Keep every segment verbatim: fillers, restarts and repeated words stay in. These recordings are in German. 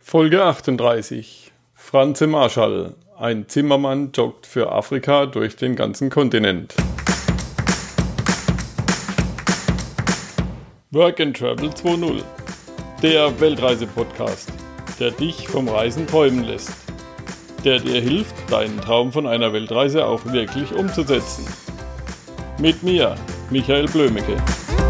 Folge achtunddreißig. Franze Marschall. Ein Zimmermann joggt für Afrika durch den ganzen Kontinent. Work and Travel zwei Punkt null. Der Weltreise-Podcast, der dich vom Reisen träumen lässt. Der dir hilft, deinen Traum von einer Weltreise auch wirklich umzusetzen. Mit mir, Michael Blömecke.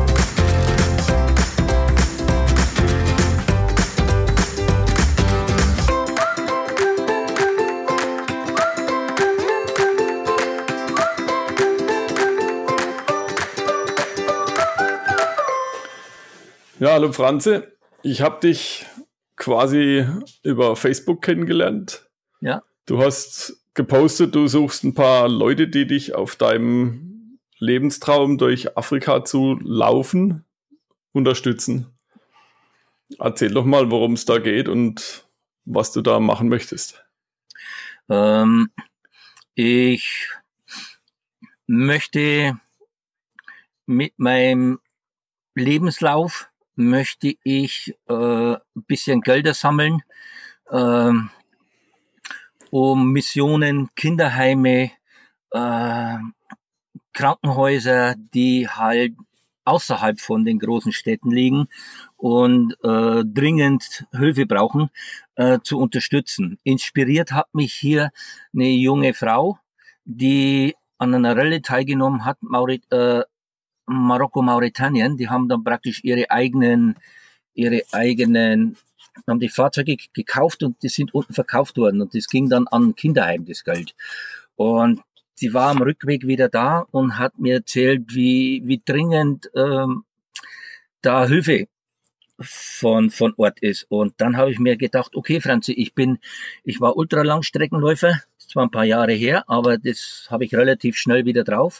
Ja, hallo Franze, ich habe dich quasi über Facebook kennengelernt. Ja. Du hast gepostet, du suchst ein paar Leute, die dich auf deinem Lebenstraum durch Afrika zu laufen unterstützen. Erzähl doch mal, worum es da geht und was du da machen möchtest. Ähm, ich möchte mit meinem Lebenslauf möchte ich äh, ein bisschen Gelder sammeln, äh, um Missionen, Kinderheime, äh, Krankenhäuser, die halt außerhalb von den großen Städten liegen und äh, dringend Hilfe brauchen, äh, zu unterstützen. Inspiriert hat mich hier eine junge Frau, die an einer Rallye teilgenommen hat, Maurit, äh, Marokko, Mauretanien, die haben dann praktisch ihre eigenen, ihre eigenen, haben die Fahrzeuge gekauft und die sind unten verkauft worden und das ging dann an Kinderheim, das Geld. Und sie war am Rückweg wieder da und hat mir erzählt, wie, wie dringend ähm, da Hilfe von, von Ort ist. Und dann habe ich mir gedacht, okay, Franzi, ich bin, ich war Ultralangstreckenläufer, das war ein paar Jahre her, aber das habe ich relativ schnell wieder drauf.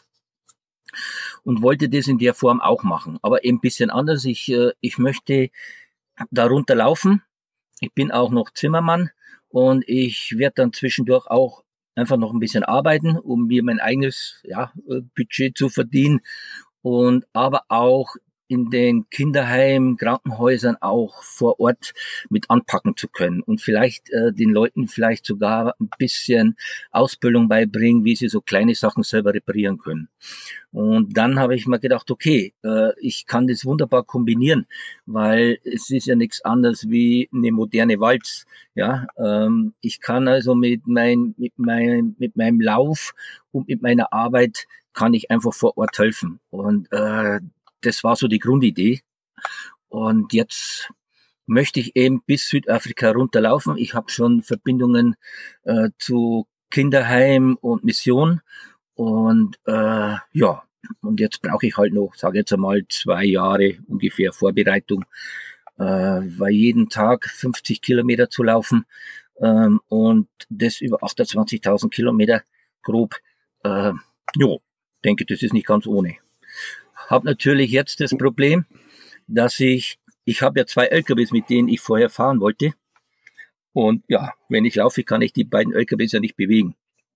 Und wollte das in der Form auch machen, aber eben ein bisschen anders. Ich, äh, ich möchte darunter laufen. Ich bin auch noch Zimmermann und ich werde dann zwischendurch auch einfach noch ein bisschen arbeiten, um mir mein eigenes ja, Budget zu verdienen und aber auch in den Kinderheimen, Krankenhäusern auch vor Ort mit anpacken zu können und vielleicht äh, den Leuten vielleicht sogar ein bisschen Ausbildung beibringen, wie sie so kleine Sachen selber reparieren können. Und dann habe ich mir gedacht, okay, äh, ich kann das wunderbar kombinieren, weil es ist ja nichts anderes wie eine moderne Walz. Ja, ähm, ich kann also mit mein, mit meinem mit meinem Lauf und mit meiner Arbeit kann ich einfach vor Ort helfen. Und äh, das war so die Grundidee. Und jetzt möchte ich eben bis Südafrika runterlaufen. Ich habe schon Verbindungen äh, zu Kinderheim und Mission. Und äh, ja, und jetzt brauche ich halt noch, sage jetzt einmal, zwei Jahre ungefähr Vorbereitung, äh, weil jeden Tag fünfzig Kilometer zu laufen ähm, und das über achtundzwanzigtausend Kilometer grob. Äh, jo, denke, das ist nicht ganz ohne. Habe natürlich jetzt das Problem, dass ich, ich habe ja zwei L K Ws, mit denen ich vorher fahren wollte. Und ja, wenn ich laufe, kann ich die beiden L K Ws ja nicht bewegen.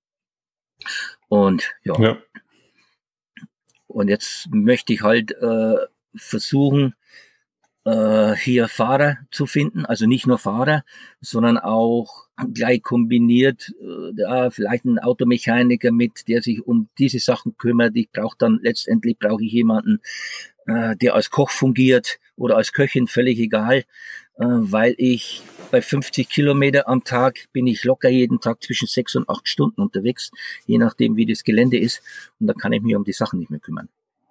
Und ja. ja. Und jetzt möchte ich halt äh, versuchen, äh, hier Fahrer zu finden. Also nicht nur Fahrer, sondern auch gleich kombiniert, äh, ja, vielleicht ein Automechaniker mit, der sich um diese Sachen kümmert. Ich brauche dann, letztendlich brauche ich jemanden, äh, der als Koch fungiert oder als Köchin, völlig egal, äh, weil ich bei fünfzig Kilometer am Tag bin ich locker jeden Tag zwischen sechs und acht Stunden unterwegs, je nachdem, wie das Gelände ist. Und da kann ich mich um die Sachen nicht mehr kümmern.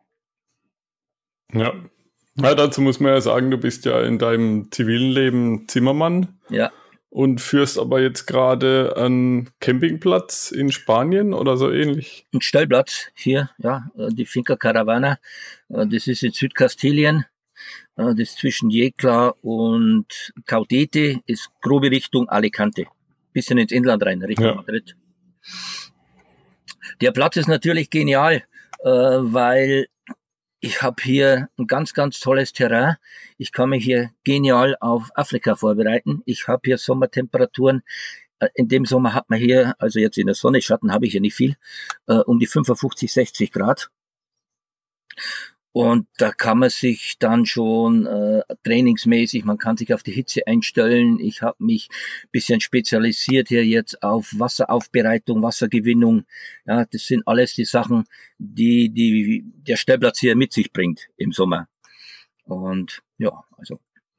Ja. Ja, dazu muss man ja sagen, du bist ja in deinem zivilen Leben Zimmermann. Ja. Und führst aber jetzt gerade einen Campingplatz in Spanien oder so ähnlich? Ein Stellplatz hier, ja, die Finca Caravana. Das ist in Südkastilien. Das ist zwischen Yecla und Caudete, ist grobe Richtung Alicante. Bisschen ins Inland rein, Richtung ja. Madrid. Der Platz ist natürlich genial, weil ich habe hier ein ganz, ganz tolles Terrain. Ich kann mich hier genial auf Afrika vorbereiten. Ich habe hier Sommertemperaturen. In dem Sommer hat man hier, also jetzt in der Sonne, Schatten habe ich hier nicht viel, um die fünfundfünfzig, sechzig Grad. Und da kann man sich dann schon äh, trainingsmäßig, man kann sich auf die Hitze einstellen. Ich habe mich bisschen spezialisiert hier jetzt auf Wasseraufbereitung, Wassergewinnung. Ja, das sind alles die Sachen, die, die der Stellplatz hier mit sich bringt im Sommer. Und ja, also.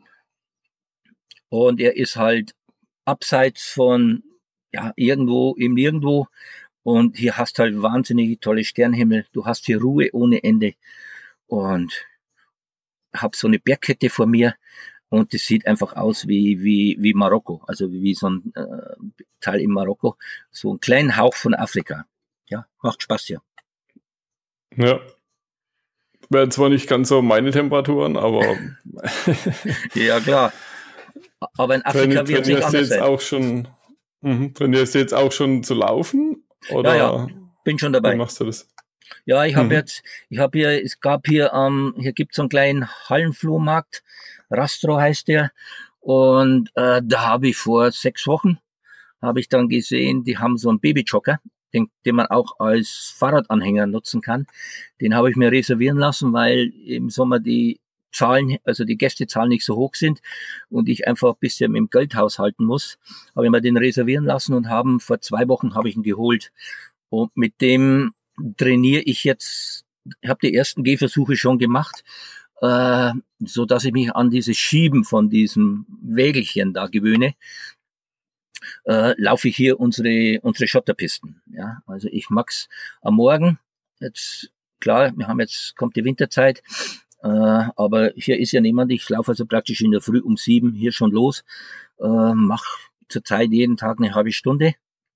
Und er ist halt abseits von, ja, irgendwo im Nirgendwo. Und hier hast halt wahnsinnig tolle Sternhimmel. Du hast hier Ruhe ohne Ende. Und habe so eine Bergkette vor mir und das sieht einfach aus wie wie wie Marokko, also wie so ein äh, Teil in Marokko, so einen kleinen Hauch von Afrika. Ja, macht Spaß hier. Ja. Wären zwar nicht ganz so meine Temperaturen, aber ja klar. Aber in Afrika wird es nicht anders sein. Auch schon, mh, trainierst du jetzt auch schon zu laufen? Oder ja, ja, bin schon dabei. Wie machst du das? Ja, ich habe mhm. jetzt, ich habe hier, es gab hier, ähm, hier gibt's so einen kleinen Hallenflohmarkt, Rastro heißt der, und äh, da habe ich vor sechs Wochen, habe ich dann gesehen, die haben so einen Babyjogger, den, den man auch als Fahrradanhänger nutzen kann. Den habe ich mir reservieren lassen, weil im Sommer die Zahlen, also die Gästezahlen nicht so hoch sind und ich einfach ein bisschen im Geld haushalten muss. Habe ich mir den reservieren lassen und haben vor zwei Wochen habe ich ihn geholt. Und mit dem trainiere ich jetzt, ich habe die ersten Gehversuche schon gemacht, äh, so dass ich mich an dieses Schieben von diesem Wägelchen da gewöhne. Äh, laufe ich hier unsere unsere Schotterpisten. Ja, also ich mag's am Morgen. Jetzt klar, wir haben jetzt kommt die Winterzeit, äh, aber hier ist ja niemand. Ich laufe also praktisch in der Früh um sieben hier schon los, äh, mache zurzeit jeden Tag eine halbe Stunde.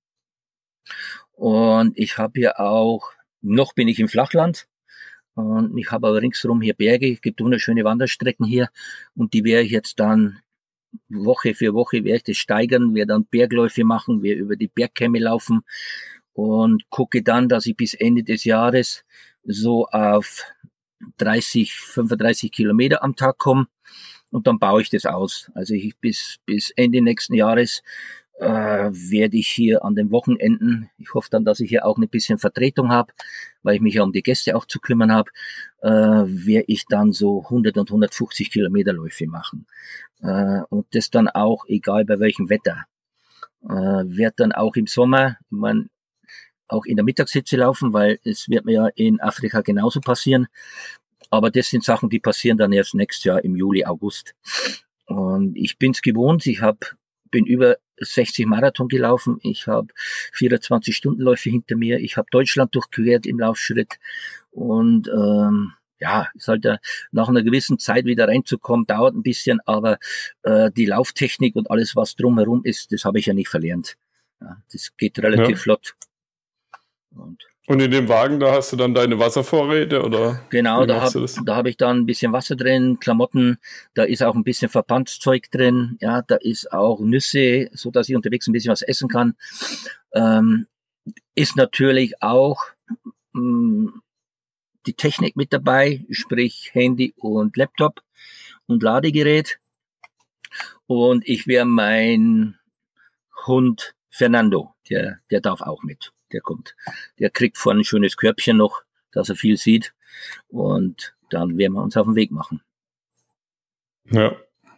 Und ich habe hier auch, noch bin ich im Flachland und ich habe aber ringsherum hier Berge, es gibt wunderschöne Wanderstrecken hier und die werde ich jetzt dann Woche für Woche werde ich das steigern, werde dann Bergläufe machen, werde über die Bergkämme laufen und gucke dann, dass ich bis Ende des Jahres so auf dreißig, fünfunddreißig Kilometer am Tag komme und dann baue ich das aus. Also ich bis, bis Ende nächsten Jahres äh, werde ich hier an den Wochenenden, ich hoffe dann, dass ich hier auch ein bisschen Vertretung habe, weil ich mich ja um die Gäste auch zu kümmern habe, äh, werde ich dann so hundert und hundertfünfzig Kilometerläufe machen. Äh, und das dann auch, egal bei welchem Wetter. Äh, werde dann auch im Sommer, ich mein, auch in der Mittagshitze laufen, weil es wird mir ja in Afrika genauso passieren. Aber das sind Sachen, die passieren dann erst nächstes Jahr im Juli, August. Und ich bin's gewohnt, ich hab, bin über sechzig Marathon gelaufen, ich habe vierundzwanzig Stundenläufe hinter mir, ich habe Deutschland durchquert im Laufschritt und ähm, ja, ist halt äh, nach einer gewissen Zeit wieder reinzukommen, dauert ein bisschen, aber äh, die Lauftechnik und alles, was drumherum ist, das habe ich ja nicht verlernt. Ja, das geht relativ ja. flott. Und, und in dem Wagen, da hast du dann deine Wasservorräte, oder? Genau, da habe da hab ich dann ein bisschen Wasser drin, Klamotten, da ist auch ein bisschen Verbandszeug drin, ja, da ist auch Nüsse, so dass ich unterwegs ein bisschen was essen kann. Ähm, ist natürlich auch mh, die Technik mit dabei, sprich Handy und Laptop und Ladegerät. Und ich werde mein Hund Fernando, der, der darf auch mit. Der kommt. Der kriegt vorne ein schönes Körbchen noch, dass er viel sieht. Und dann werden wir uns auf den Weg machen. Ja.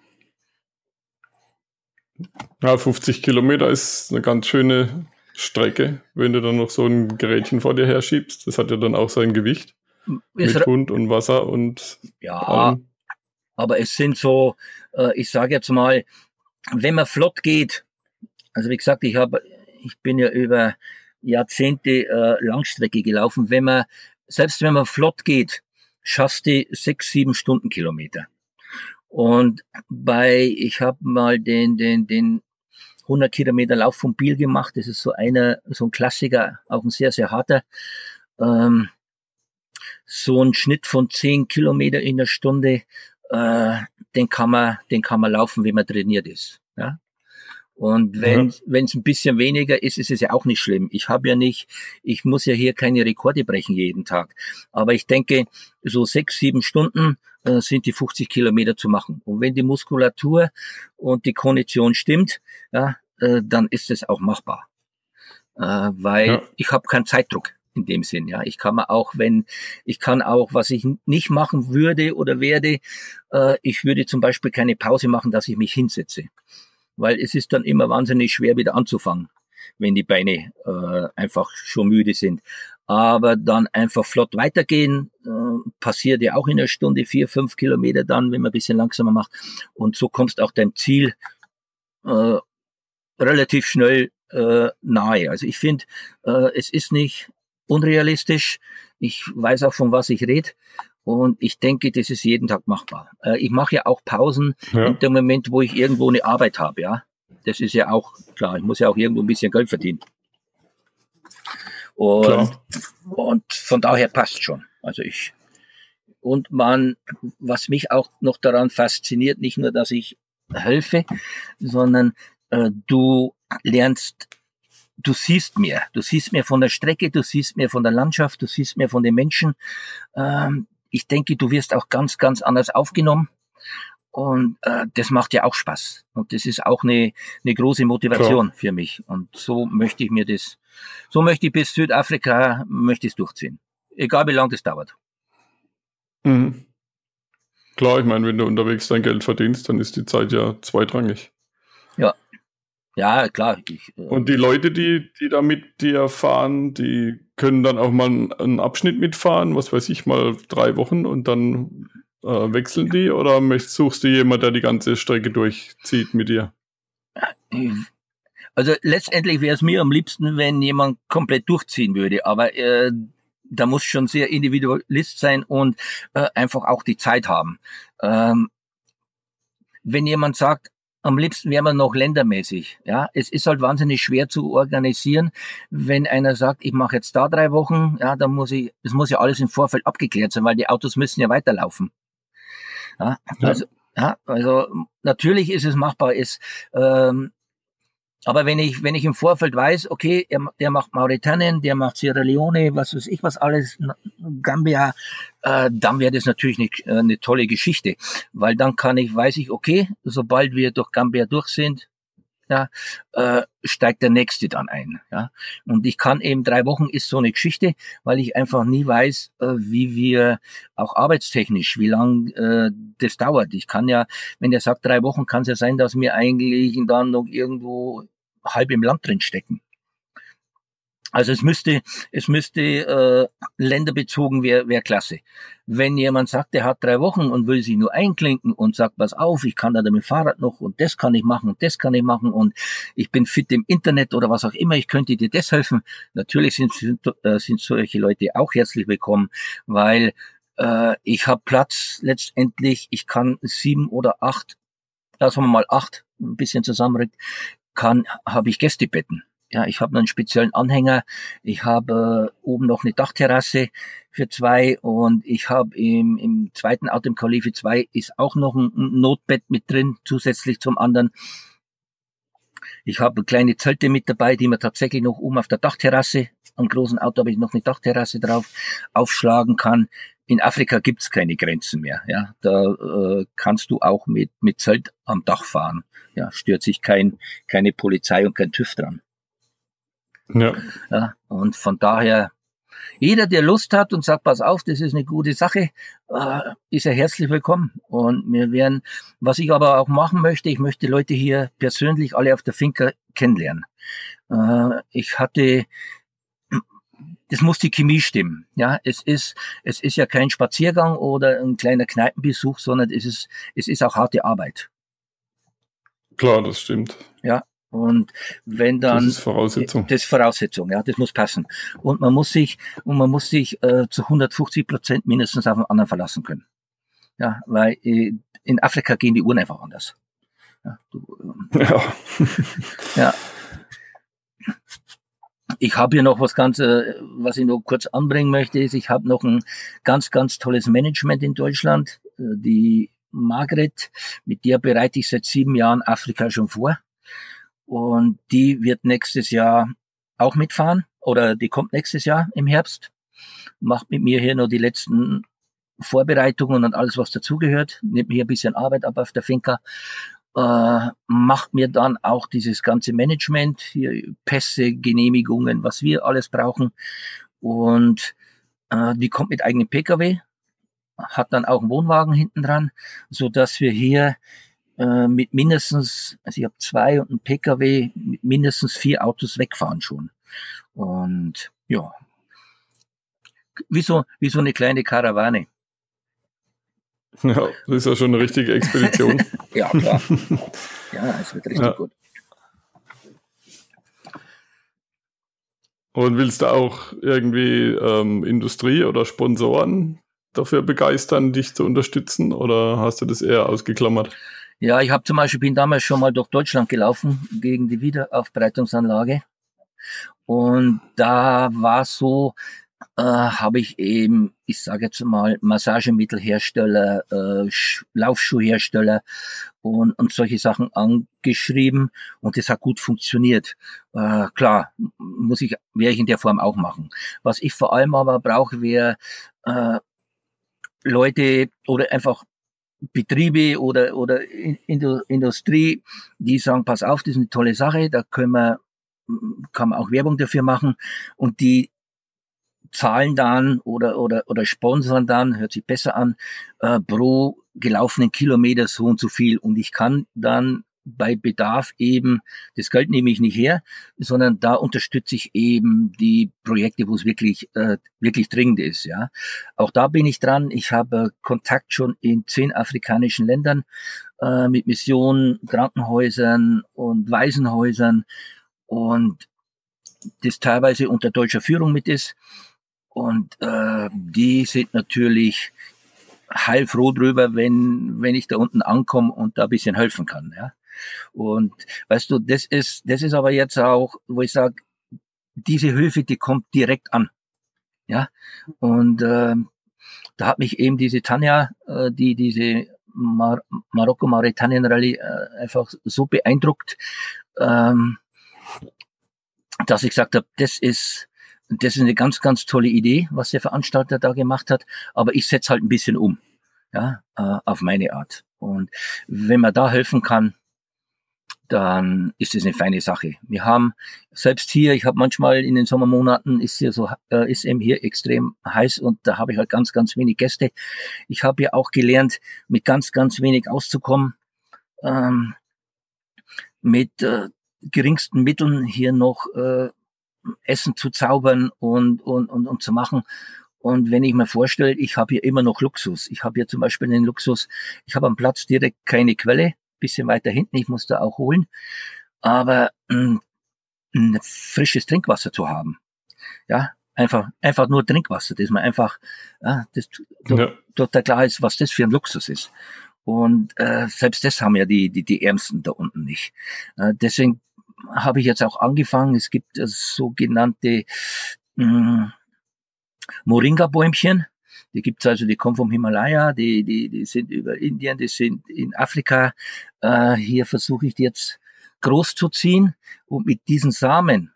Ja, fünfzig Kilometer ist eine ganz schöne Strecke, wenn du dann noch so ein Gerätchen vor dir her schiebst. Das hat ja dann auch sein Gewicht. Ist mit Hund und Wasser und ja, allem. Aber es sind so, äh, ich sage jetzt mal, wenn man flott geht, also wie gesagt, ich habe, ich bin ja über Jahrzehnte äh, Langstrecke gelaufen. Wenn man, selbst wenn man flott geht, schaffst du sechs, sieben Stundenkilometer. Und bei, ich habe mal den, den, den hundert Kilometer Lauf von Biel gemacht. Das ist so einer, so ein Klassiker, auch ein sehr, sehr harter. Ähm, so ein Schnitt von zehn Kilometer in der Stunde, äh, den kann man, den kann man laufen, wenn man trainiert ist. Ja. Und wenn wenn es ein bisschen weniger ist, ist es ja auch nicht schlimm. Ich habe ja nicht, ich muss ja hier keine Rekorde brechen jeden Tag. Aber ich denke, so sechs, sieben Stunden äh, sind die fünfzig Kilometer zu machen. Und wenn die Muskulatur und die Kondition stimmt, ja, äh, dann ist es auch machbar. Äh, weil ja. ich habe keinen Zeitdruck. in dem Sinn. Ja, ich kann mir auch, wenn ich kann auch, was ich nicht machen würde oder werde, äh, ich würde zum Beispiel keine Pause machen, dass ich mich hinsetze, weil es ist dann immer wahnsinnig schwer wieder anzufangen, wenn die Beine äh, einfach schon müde sind. Aber dann einfach flott weitergehen, äh, passiert ja auch in einer Stunde vier, fünf Kilometer dann, wenn man ein bisschen langsamer macht. Und so kommst auch deinem Ziel äh, relativ schnell äh, nahe. Also ich finde, äh, es ist nicht unrealistisch. Ich weiß auch, von was ich rede. Und ich denke, das ist jeden Tag machbar. Äh, ich mache ja auch Pausen ja. in dem Moment, wo ich irgendwo eine Arbeit habe. Ja, das ist ja auch klar. Ich muss ja auch irgendwo ein bisschen Geld verdienen. Und, und von daher passt schon. Also ich, und man, was mich auch noch daran fasziniert, nicht nur, dass ich helfe, sondern äh, du lernst, du siehst mehr. Du siehst mehr von der Strecke, du siehst mehr von der Landschaft, du siehst mehr von den Menschen. Ähm, ich denke, du wirst auch ganz, ganz anders aufgenommen. Und äh, das macht ja auch Spaß. Und das ist auch eine, eine große Motivation Klar. für mich. Und so möchte ich mir das, so möchte ich bis Südafrika, möchte ich es durchziehen. Egal wie lange das dauert. Mhm. Klar, ich meine, wenn du unterwegs dein Geld verdienst, dann ist die Zeit ja zweitrangig. Ja, ja, klar. Ich, äh, Und die Leute, die, die da mit dir fahren, die können dann auch mal einen Abschnitt mitfahren, was weiß ich, mal drei Wochen und dann Äh, wechseln die oder suchst du jemanden, der die ganze Strecke durchzieht mit dir? Also letztendlich wäre es mir am liebsten, wenn jemand komplett durchziehen würde, aber äh, da muss schon sehr Individualist sein und äh, einfach auch die Zeit haben. Ähm, wenn jemand sagt, am liebsten wäre man noch ländermäßig. Ja, es ist halt wahnsinnig schwer zu organisieren, wenn einer sagt, ich mache jetzt da drei Wochen, ja, dann muss ich, das muss ja alles im Vorfeld abgeklärt sein, weil die Autos müssen ja weiterlaufen. Ja, also, ja. ja, also natürlich ist es machbar, ist, ähm, aber wenn ich, wenn ich im Vorfeld weiß, okay, er, der macht Mauretanien, der macht Sierra Leone, was weiß ich, was alles, Gambia, äh, dann wäre das natürlich eine, eine tolle Geschichte, weil dann kann ich, weiß ich, okay, sobald wir durch Gambia durch sind, ja, äh, steigt der Nächste dann ein. Ja. Und ich kann eben, drei Wochen ist so eine Geschichte, weil ich einfach nie weiß, äh, wie wir, auch arbeitstechnisch, wie lang äh, das dauert. Ich kann ja, wenn der sagt drei Wochen, kann es ja sein, dass wir eigentlich dann noch irgendwo halb im Land drin stecken. Also es müsste, es müsste äh, länderbezogen wäre wär klasse. Wenn jemand sagt, der hat drei Wochen und will sich nur einklinken und sagt, pass auf, ich kann da mit dem Fahrrad noch und das kann ich machen und das kann ich machen und ich bin fit im Internet oder was auch immer, ich könnte dir das helfen. Natürlich sind, sind, äh, sind solche Leute auch herzlich willkommen, weil äh, ich habe Platz letztendlich, ich kann sieben oder acht, lassen wir mal acht, ein bisschen zusammenrückt, kann, habe ich Gästebetten. Ja, ich habe einen speziellen Anhänger. Ich habe äh, oben noch eine Dachterrasse für zwei und ich habe im, im zweiten Auto im Kalife zwei ist auch noch ein, ein Notbett mit drin, zusätzlich zum anderen. Ich habe kleine Zelte mit dabei, die man tatsächlich noch oben auf der Dachterrasse, am großen Auto habe ich noch eine Dachterrasse drauf, aufschlagen kann. In Afrika gibt's keine Grenzen mehr. Ja, da äh, kannst du auch mit mit Zelt am Dach fahren. Ja, stört sich kein keine Polizei und kein TÜV dran. Ja. Ja, und von daher, jeder, der Lust hat und sagt, pass auf, das ist eine gute Sache, äh, ist ja herzlich willkommen. Und wir werden, was ich aber auch machen möchte, ich möchte Leute hier persönlich alle auf der Finca kennenlernen. Äh, ich hatte, das muss die Chemie stimmen. Ja, es ist, es ist ja kein Spaziergang oder ein kleiner Kneipenbesuch, sondern es ist, es ist auch harte Arbeit. Klar, das stimmt. Ja. Und wenn dann, das ist Voraussetzung. Das ist Voraussetzung, ja, das muss passen. Und man muss sich, und man muss sich äh, zu hundertfünfzig Prozent mindestens auf den anderen verlassen können. Ja, weil äh, in Afrika gehen die Uhren einfach anders. Ja. Du, ähm, ja. ja. Ich habe hier noch was ganz, äh, was ich noch kurz anbringen möchte, ist, ich habe noch ein ganz, ganz tolles Management in Deutschland. Äh, die Margret, mit der bereite ich seit sieben Jahren Afrika schon vor. Und die wird nächstes Jahr auch mitfahren oder die kommt nächstes Jahr im Herbst, macht mit mir hier noch die letzten Vorbereitungen und alles, was dazugehört, nimmt mir hier ein bisschen Arbeit ab auf der Finca, äh, macht mir dann auch dieses ganze Management, hier Pässe, Genehmigungen, was wir alles brauchen. Und äh, die kommt mit eigenem P K W, hat dann auch einen Wohnwagen hinten dran, so dass wir hier äh, mit mindestens, also ich habe zwei und einen P K W, mit mindestens vier Autos wegfahren schon. Und ja, wie so, wie so eine kleine Karawane. Ja, das ist ja schon eine richtige Expedition. Ja, klar. Ja, es wird richtig ja. gut. Und willst du auch irgendwie ähm, Industrie oder Sponsoren dafür begeistern, dich zu unterstützen, oder hast du das eher ausgeklammert? Ja, ich habe zum Beispiel, bin damals schon mal durch Deutschland gelaufen gegen die Wiederaufbereitungsanlage. Und da war so, äh, habe ich eben, ich sage jetzt mal, Massagemittelhersteller, äh, Laufschuhhersteller und, und solche Sachen angeschrieben, und das hat gut funktioniert. Äh, klar, muss ich, werde ich in der Form auch machen. Was ich vor allem aber brauche, wäre äh, Leute oder einfach Betriebe oder oder Industrie, die sagen, pass auf, das ist eine tolle Sache, da können wir, kann man auch Werbung dafür machen, und die zahlen dann oder oder oder sponsern dann, hört sich besser an, äh, pro gelaufenen Kilometer so und so viel, und ich kann dann bei Bedarf eben, das Geld nehme ich nicht her, sondern da unterstütze ich eben die Projekte, wo es wirklich äh, wirklich dringend ist. Ja, auch da bin ich dran. Ich habe Kontakt schon in zehn afrikanischen Ländern äh, mit Missionen, Krankenhäusern und Waisenhäusern, und das teilweise unter deutscher Führung mit ist. Und äh, die sind natürlich heilfroh drüber, wenn wenn ich da unten ankomme und da ein bisschen helfen kann. Ja. Und weißt du, das ist das ist aber jetzt auch, wo ich sage, diese Hilfe, die kommt direkt an. Ja. Und äh, da hat mich eben diese Tanja, äh, die diese Mar- Marokko-Mauretanien-Rallye äh, einfach so beeindruckt, ähm, dass ich gesagt habe, das ist das ist eine ganz, ganz tolle Idee, was der Veranstalter da gemacht hat, aber ich setze halt ein bisschen um, ja, äh, auf meine Art. Und wenn man da helfen kann, dann ist es eine feine Sache. Wir haben selbst hier, ich habe manchmal in den Sommermonaten, ist hier so, äh, ist eben hier extrem heiß, und da habe ich halt ganz, ganz wenig Gäste. Ich habe ja auch gelernt, mit ganz, ganz wenig auszukommen, ähm, mit äh, geringsten Mitteln hier noch äh, Essen zu zaubern und, und, und, und zu machen. Und wenn ich mir vorstelle, ich habe hier immer noch Luxus. Ich habe hier zum Beispiel den Luxus, ich habe am Platz direkt keine Quelle, bisschen weiter hinten, ich muss da auch holen, aber mh, ein frisches Trinkwasser zu haben. Ja, einfach, einfach nur Trinkwasser, dass man einfach, ja, das ja. total klar ist, was das für ein Luxus ist. Und äh, selbst das haben ja die, die, die Ärmsten da unten nicht. Äh, deswegen habe ich jetzt auch angefangen, es gibt äh, sogenannte mh, Moringa-Bäumchen. Die gibt's also, die kommen vom Himalaya, die, die, die sind über Indien, die sind in Afrika. Äh, hier versuche ich die jetzt groß zu ziehen, und mit diesen Samen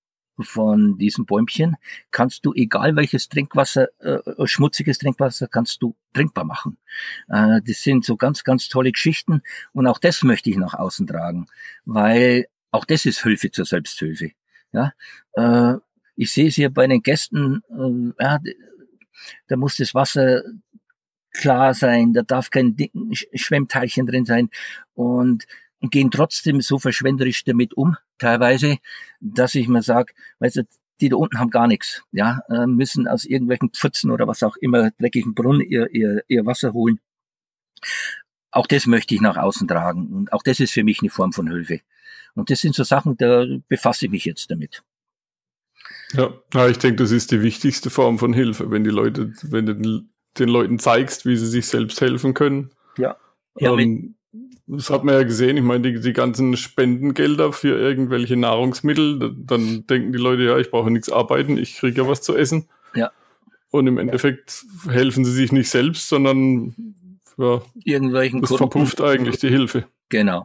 von diesen Bäumchen kannst du, egal welches Trinkwasser, äh, schmutziges Trinkwasser, kannst du trinkbar machen. Äh, das sind so ganz, ganz tolle Geschichten, und auch das möchte ich nach außen tragen, weil auch das ist Hilfe zur Selbsthilfe. Ja, äh, ich sehe es hier bei den Gästen, äh, ja, da muss das Wasser klar sein, da darf kein dicken Schwemmteilchen drin sein, und, und gehen trotzdem so verschwenderisch damit um, teilweise, dass ich mir sage, weißt du, die da unten haben gar nichts, ja, müssen aus irgendwelchen Pfützen oder was auch immer, dreckigen Brunnen ihr, ihr, ihr Wasser holen. Auch das möchte ich nach außen tragen, und auch das ist für mich eine Form von Hilfe. Und das sind so Sachen, da befasse ich mich jetzt damit. Ja, ja, ich denke, das ist die wichtigste Form von Hilfe, wenn die Leute, wenn du den, den Leuten zeigst, wie sie sich selbst helfen können. Ja. ja ähm, das hat man ja gesehen, ich meine, die, die ganzen Spendengelder für irgendwelche Nahrungsmittel, dann denken die Leute, ja, ich brauche nichts arbeiten, ich kriege ja was zu essen. Ja. Und im Endeffekt helfen sie sich nicht selbst, sondern ja, irgendwelchen das Kunden. Verpufft eigentlich die Hilfe. Genau.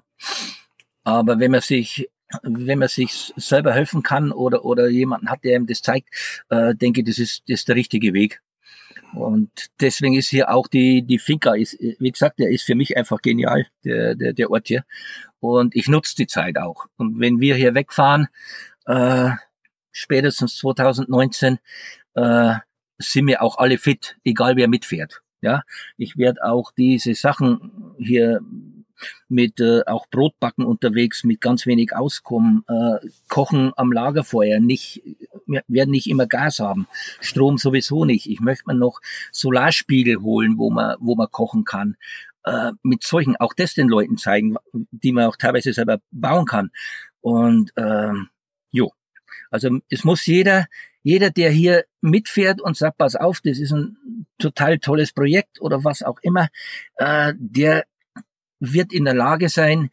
Aber wenn man sich wenn man sich selber helfen kann oder oder jemanden hat, der ihm das zeigt, äh, denke ich, das ist das ist der richtige Weg. Und deswegen ist hier auch die die Finca, ist, wie gesagt, der ist für mich einfach genial, der der der Ort hier. Und ich nutze die Zeit auch. Und wenn wir hier wegfahren, äh, spätestens zwanzig neunzehn, äh, sind wir auch alle fit, egal wer mitfährt. Ja, ich werde auch diese Sachen hier mit äh, auch Brotbacken unterwegs, mit ganz wenig Auskommen, äh, Kochen am Lagerfeuer, nicht, wir werden nicht immer Gas haben, Strom sowieso nicht. Ich möchte mir noch Solarspiegel holen, wo man, wo man kochen kann. Äh, mit solchen, auch das den Leuten zeigen, die man auch teilweise selber bauen kann. Und ähm, jo, also es muss jeder, jeder, der hier mitfährt und sagt, pass auf, das ist ein total tolles Projekt oder was auch immer, äh, der wird in der Lage sein,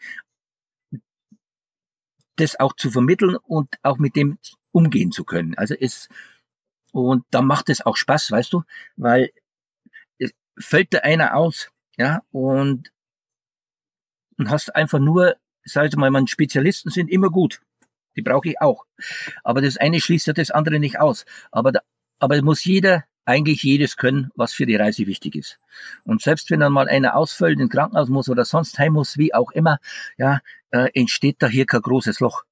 das auch zu vermitteln und auch mit dem umgehen zu können. Also es, und da macht es auch Spaß, weißt du, weil es fällt da einer aus, ja, und, und hast einfach nur, sag ich mal, man Spezialisten sind immer gut. Die brauche ich auch. Aber das eine schließt ja das andere nicht aus. Aber da, aber es muss jeder, eigentlich jedes können, was für die Reise wichtig ist. Und selbst wenn dann mal einer ausfällt, ins Krankenhaus muss oder sonst heim muss, wie auch immer, ja, äh, entsteht da hier kein großes Loch.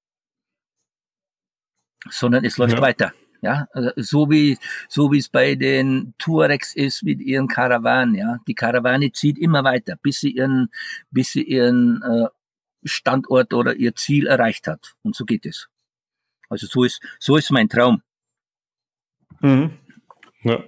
Sondern es läuft Ja. weiter. Ja, also so wie, so wie es bei den Tuaregs ist mit ihren Karawanen, ja. Die Karawane zieht immer weiter, bis sie ihren, bis sie ihren, äh, Standort oder ihr Ziel erreicht hat. Und so geht es. Also so ist, so ist mein Traum. Mhm. Ja.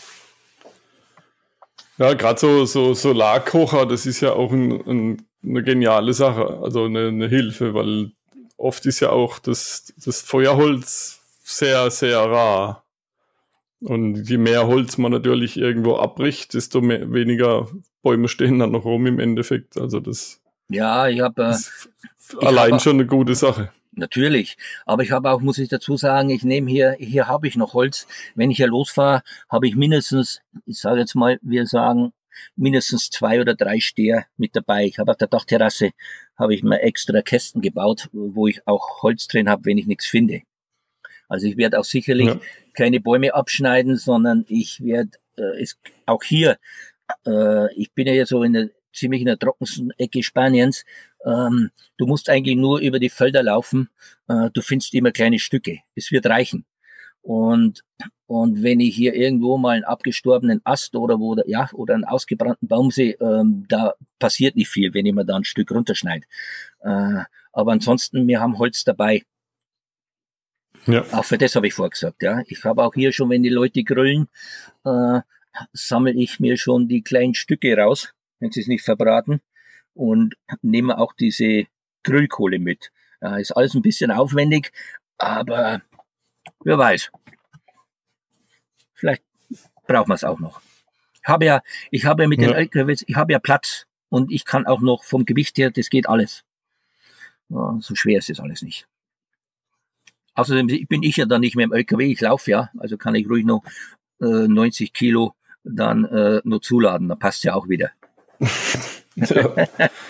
Ja, gerade so, so Solarkocher, das ist ja auch ein, ein, eine geniale Sache, also eine, eine Hilfe, weil oft ist ja auch das, das Feuerholz sehr, sehr rar. Und je mehr Holz man natürlich irgendwo abbricht, desto mehr, weniger Bäume stehen dann noch rum im Endeffekt. Also das Ja, ich habe äh, allein hab, schon eine gute Sache. Natürlich, aber ich habe auch, muss ich dazu sagen, ich nehme hier, hier habe ich noch Holz. Wenn ich hier losfahre, habe ich mindestens, ich sage jetzt mal, wir sagen mindestens zwei oder drei Steher mit dabei. Ich habe auf der Dachterrasse, habe ich mir extra Kästen gebaut, wo ich auch Holz drin habe, wenn ich nichts finde. Also ich werde auch sicherlich ja. keine Bäume abschneiden, sondern ich werde äh, es auch hier, äh, ich bin ja jetzt so in der ziemlich in der trockensten Ecke Spaniens. Ähm, du musst eigentlich nur über die Felder laufen. Äh, du findest immer kleine Stücke. Es wird reichen. Und und wenn ich hier irgendwo mal einen abgestorbenen Ast oder wo ja oder einen ausgebrannten Baum sehe, ähm, da passiert nicht viel, wenn ich mir da ein Stück runterschneide. Äh, aber ansonsten, wir haben Holz dabei. Ja. Auch für das habe ich vorgesagt. Ja, ich habe auch hier schon, wenn die Leute grillen, äh, sammle ich mir schon die kleinen Stücke raus, wenn sie es nicht verbraten, und nehme auch diese Grillkohle mit. Ja, ist alles ein bisschen aufwendig, aber wer weiß. Vielleicht braucht man es auch noch. Ich habe ja, ich habe ja mit ja. den L K Ws, ich habe ja Platz und ich kann auch noch vom Gewicht her, das geht alles. Ja, so schwer ist das alles nicht. Außerdem bin ich ja dann nicht mehr im L K W, ich laufe ja, also kann ich ruhig noch äh, neunzig Kilo dann äh, nur zuladen, dann passt ja auch wieder. Ja.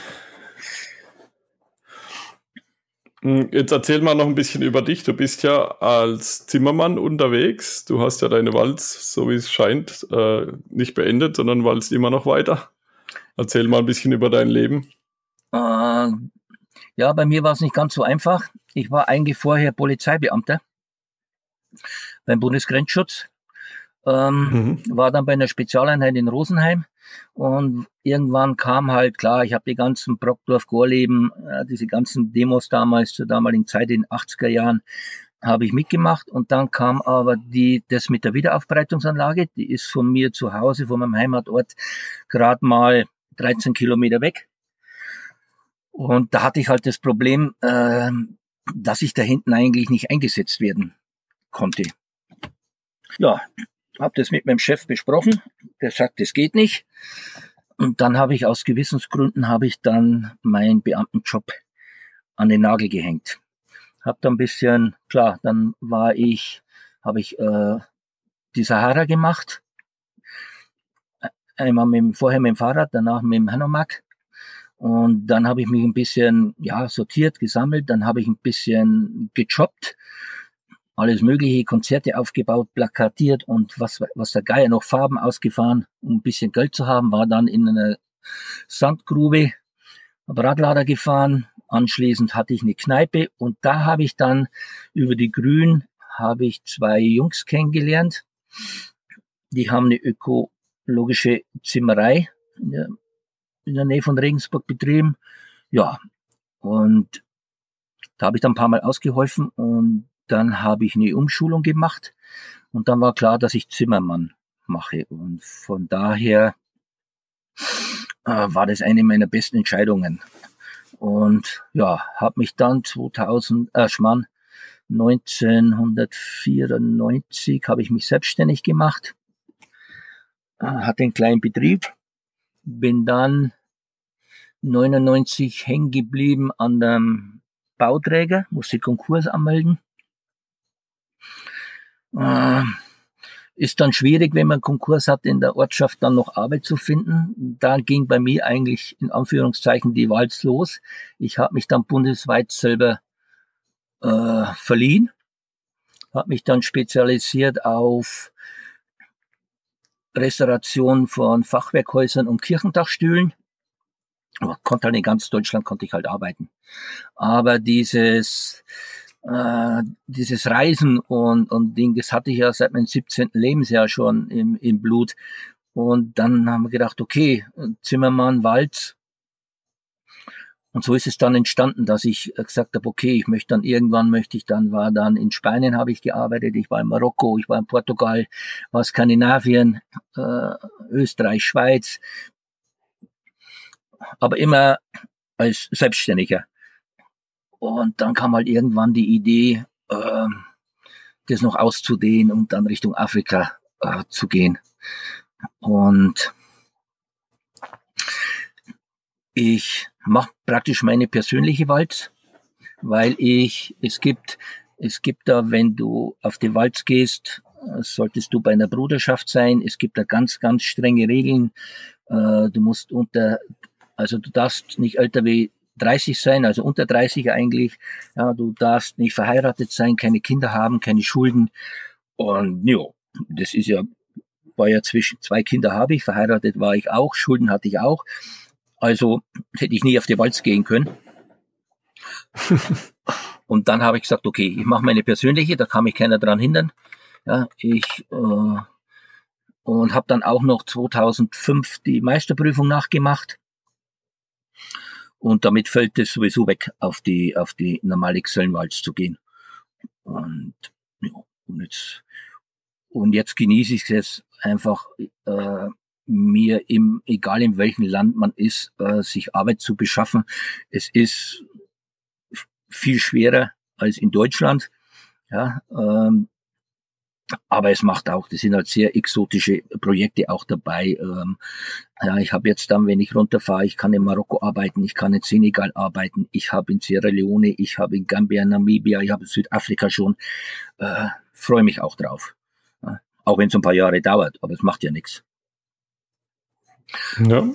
Jetzt erzähl mal noch ein bisschen über dich. Du bist ja als Zimmermann unterwegs. Du hast ja deine Walz, so wie es scheint, äh, nicht beendet, sondern walzt immer noch weiter. Erzähl mal ein bisschen über dein Leben. Äh, ja, bei mir war es nicht ganz so einfach. Ich war eigentlich vorher Polizeibeamter beim Bundesgrenzschutz. Ähm, mhm. War dann bei einer Spezialeinheit in Rosenheim und irgendwann kam halt, klar, ich habe die ganzen Brockdorf-Gorleben, äh, diese ganzen Demos damals, zur damaligen Zeit in den achtziger Jahren, habe ich mitgemacht und dann kam aber die das mit der Wiederaufbereitungsanlage, die ist von mir zu Hause, von meinem Heimatort, gerade mal dreizehn Kilometer weg und da hatte ich halt das Problem, äh, dass ich da hinten eigentlich nicht eingesetzt werden konnte. Ja, habe das mit meinem Chef besprochen, der sagt, das geht nicht. Und dann habe ich aus Gewissensgründen habe ich dann meinen Beamtenjob an den Nagel gehängt. Hab dann ein bisschen, klar, dann war ich, habe ich äh, die Sahara gemacht. Einmal mit dem, vorher mit dem Fahrrad, danach mit dem Hanomag. Und dann habe ich mich ein bisschen ja sortiert, gesammelt, dann habe ich ein bisschen gejobbt. Alles mögliche, Konzerte aufgebaut, plakatiert und was, was der Geier noch, Farben ausgefahren, um ein bisschen Geld zu haben, war dann in einer Sandgrube, habe Radlader gefahren, anschließend hatte ich eine Kneipe und da habe ich dann über die Grün, habe ich zwei Jungs kennengelernt, Die haben eine ökologische Zimmerei in der, in der Nähe von Regensburg betrieben. Ja, und da habe ich dann ein paar Mal ausgeholfen und dann habe ich eine Umschulung gemacht und dann war klar, dass ich Zimmermann mache. Und von daher äh, war das eine meiner besten Entscheidungen. Und ja, habe mich dann zweitausend, äh, Schmarrn, neunzehnhundertvierundneunzig habe ich mich selbstständig gemacht, äh, hatte einen kleinen Betrieb, bin dann neunundneunzig hängen geblieben an dem Bauträger, musste Konkurs anmelden. Äh, ist dann schwierig, wenn man Konkurs hat, in der Ortschaft dann noch Arbeit zu finden. Da ging bei mir eigentlich in Anführungszeichen die Walz los. Ich habe mich dann bundesweit selber äh, verliehen, habe mich dann spezialisiert auf Restauration von Fachwerkhäusern und Kirchendachstühlen. Aber konnte halt in ganz Deutschland konnte ich halt arbeiten. Aber dieses äh, dieses Reisen und und Ding, das hatte ich ja seit meinem siebzehnten Lebensjahr schon im im Blut. Und dann haben wir gedacht, okay, Zimmermann, Walz. Und so ist es dann entstanden, dass ich gesagt habe, okay, ich möchte dann irgendwann möchte ich dann war dann in Spanien habe ich gearbeitet, ich war in Marokko, ich war in Portugal, war Skandinavien, äh, Österreich, Schweiz, aber immer als Selbstständiger. Und dann kam halt irgendwann die Idee, äh, das noch auszudehnen und dann Richtung Afrika äh, zu gehen. Und ich mache praktisch meine persönliche Walz, weil ich, es gibt, es gibt da, wenn du auf die Walz gehst, solltest du bei einer Bruderschaft sein. Es gibt da ganz, ganz strenge Regeln. Äh, du musst unter, also du darfst nicht älter wie dreißig sein, also unter dreißig eigentlich. Ja, du darfst nicht verheiratet sein, keine Kinder haben, keine Schulden. Und ja, das ist ja, war ja zwischen zwei Kinder habe ich, verheiratet war ich auch, Schulden hatte ich auch. Also hätte ich nie auf die Walz gehen können. Und dann habe ich gesagt, okay, ich mache meine persönliche, da kann mich keiner dran hindern. Ja, ich äh, und habe dann auch noch zweitausendfünf die Meisterprüfung nachgemacht. Und damit fällt es sowieso weg, auf die auf die normale Xöllenwalz zu gehen. Und ja, und jetzt und jetzt genieße ich es einfach, äh, mir im, egal in welchem Land man ist, äh, sich Arbeit zu beschaffen. Es ist viel schwerer als in Deutschland, ja, ähm, aber es macht auch, das sind halt sehr exotische Projekte auch dabei. Ähm, ja, ich habe jetzt dann, wenn ich runterfahre, ich kann in Marokko arbeiten, ich kann in Senegal arbeiten, ich habe in Sierra Leone, ich habe in Gambia, Namibia, ich habe in Südafrika schon. Äh, freue mich auch drauf. Ja, auch wenn es ein paar Jahre dauert, aber es macht ja nichts. Ja.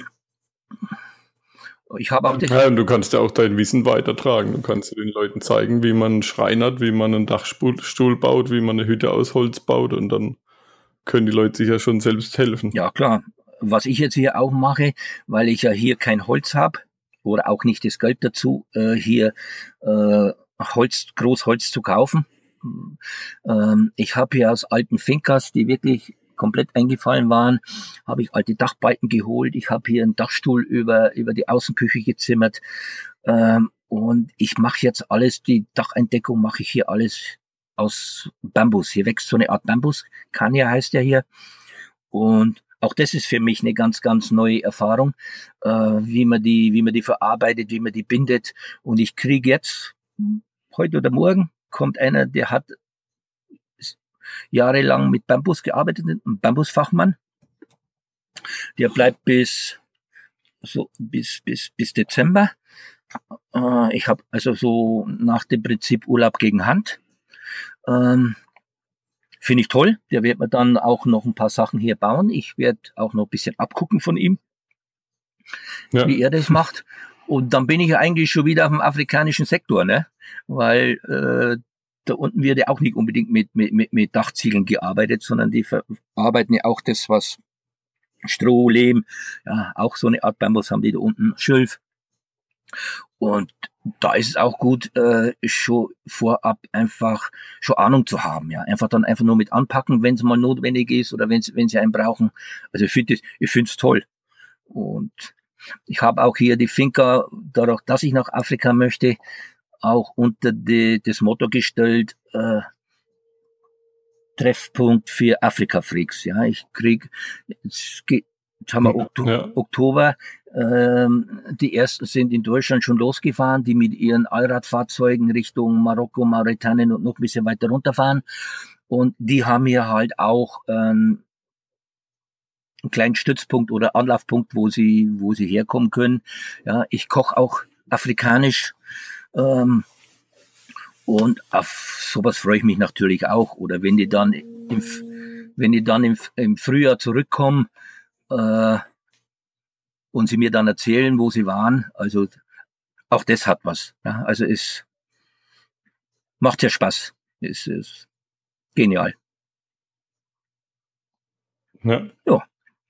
Ich habe auch das. Ja, und du kannst ja auch dein Wissen weitertragen. Du kannst den Leuten zeigen, wie man schreinert, wie man einen Dachstuhl baut, wie man eine Hütte aus Holz baut, und dann können die Leute sich ja schon selbst helfen. Ja, klar. Was ich jetzt hier auch mache, weil ich ja hier kein Holz habe oder auch nicht das Geld dazu, äh, hier äh, Holz, Großholz zu kaufen. Ähm, ich habe hier aus alten Fincas, die wirklich komplett eingefallen waren, habe ich alte Dachbalken geholt. Ich habe hier einen Dachstuhl über über die Außenküche gezimmert. Ähm, und ich mache jetzt alles, die Dacheindeckung mache ich hier alles aus Bambus. Hier wächst so eine Art Bambus, Kania heißt der hier. Und auch das ist für mich eine ganz, ganz neue Erfahrung, äh, wie man die, wie man die verarbeitet, wie man die bindet. Und ich kriege jetzt, heute oder morgen, kommt einer, der hat jahrelang mit Bambus gearbeitet, ein Bambusfachmann. Der bleibt bis, so, bis, bis, bis Dezember. Äh, ich habe also so nach dem Prinzip Urlaub gegen Hand. Ähm, Finde ich toll. Der wird mir dann auch noch ein paar Sachen hier bauen. Ich werde auch noch ein bisschen abgucken von ihm, ja, wie er das macht. Und dann bin ich ja eigentlich schon wieder auf dem afrikanischen Sektor, ne? Weil äh, da unten wird ja auch nicht unbedingt mit, mit, mit, mit Dachziegeln gearbeitet, sondern die verarbeiten ja auch das, was Stroh, Lehm, ja, auch so eine Art Bambus haben die da unten, Schilf. Und da ist es auch gut, äh, schon vorab einfach schon Ahnung zu haben, ja. Einfach dann einfach nur mit anpacken, wenn es mal notwendig ist oder wenn wenn sie einen brauchen. Also ich finde es, ich finde es toll. Und ich habe auch hier die Finca, dadurch, dass ich nach Afrika möchte, auch unter die, das Motto gestellt, äh, Treffpunkt für Afrika-Freaks. Ja, ich krieg, jetzt, geht, jetzt haben wir Okto- Ja. Oktober, ähm, die ersten sind in Deutschland schon losgefahren, die mit ihren Allradfahrzeugen Richtung Marokko, Mauretanien und noch ein bisschen weiter runterfahren. Und die haben hier halt auch ähm, einen kleinen Stützpunkt oder Anlaufpunkt, wo sie, wo sie herkommen können. Ja, ich koche auch afrikanisch. Ähm, und auf sowas freue ich mich natürlich auch. Oder wenn die dann im, wenn die dann im, im Frühjahr zurückkommen äh, und sie mir dann erzählen, wo sie waren, also auch das hat was. Ja, also es macht ja Spaß. Es ist genial. Ja. Ja.